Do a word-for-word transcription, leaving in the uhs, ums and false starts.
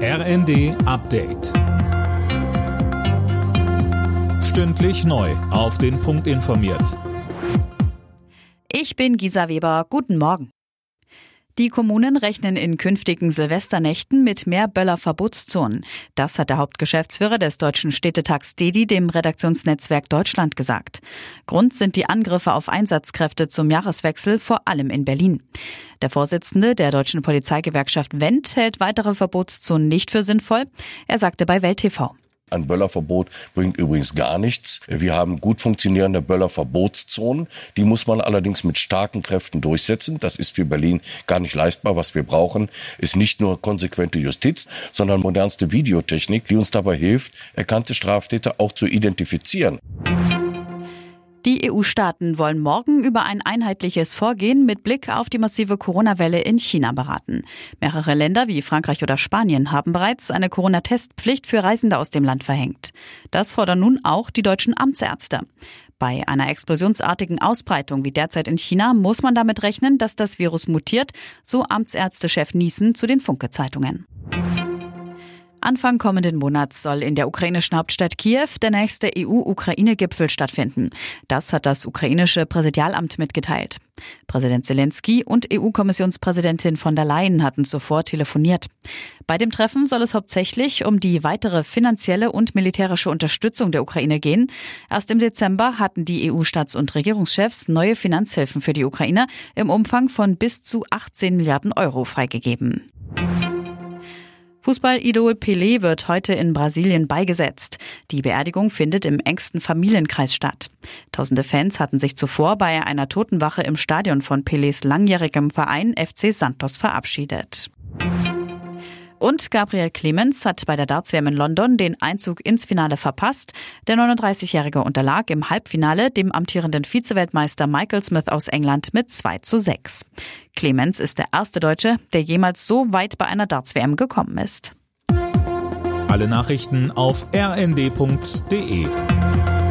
R N D Update. Stündlich neu auf den Punkt informiert. Ich bin Gisa Weber. Guten Morgen. Die Kommunen rechnen in künftigen Silvesternächten mit mehr Böller-Verbotszonen. Das hat der Hauptgeschäftsführer des Deutschen Städtetags D E D I dem Redaktionsnetzwerk Deutschland gesagt. Grund sind die Angriffe auf Einsatzkräfte zum Jahreswechsel, vor allem in Berlin. Der Vorsitzende der Deutschen Polizeigewerkschaft Wendt hält weitere Verbotszonen nicht für sinnvoll. Er sagte bei Welt T V. Ein Böllerverbot bringt übrigens gar nichts. Wir haben gut funktionierende Böllerverbotszonen. Die muss man allerdings mit starken Kräften durchsetzen. Das ist für Berlin gar nicht leistbar. Was wir brauchen, ist nicht nur konsequente Justiz, sondern modernste Videotechnik, die uns dabei hilft, erkannte Straftäter auch zu identifizieren. Die E U-Staaten wollen morgen über ein einheitliches Vorgehen mit Blick auf die massive Corona-Welle in China beraten. Mehrere Länder wie Frankreich oder Spanien haben bereits eine Corona-Testpflicht für Reisende aus dem Land verhängt. Das fordern nun auch die deutschen Amtsärzte. Bei einer explosionsartigen Ausbreitung wie derzeit in China muss man damit rechnen, dass das Virus mutiert, so Amtsärztechef Niesen zu den Funke-Zeitungen. Anfang kommenden Monats soll in der ukrainischen Hauptstadt Kiew der nächste E U-Ukraine-Gipfel stattfinden. Das hat das ukrainische Präsidialamt mitgeteilt. Präsident Zelensky und E U-Kommissionspräsidentin von der Leyen hatten zuvor telefoniert. Bei dem Treffen soll es hauptsächlich um die weitere finanzielle und militärische Unterstützung der Ukraine gehen. Erst im Dezember hatten die E U-Staats- und Regierungschefs neue Finanzhilfen für die Ukraine im Umfang von bis zu achtzehn Milliarden Euro freigegeben. Fußballidol Pelé wird heute in Brasilien beigesetzt. Die Beerdigung findet im engsten Familienkreis statt. Tausende Fans hatten sich zuvor bei einer Totenwache im Stadion von Pelés langjährigem Verein F C Santos verabschiedet. Und Gabriel Clemens hat bei der Darts-W M in London den Einzug ins Finale verpasst. Der neununddreißigjährige unterlag im Halbfinale dem amtierenden Vizeweltmeister Michael Smith aus England mit zwei zu sechs. Clemens ist der erste Deutsche, der jemals so weit bei einer Darts-W M gekommen ist. Alle Nachrichten auf r n d punkt d e.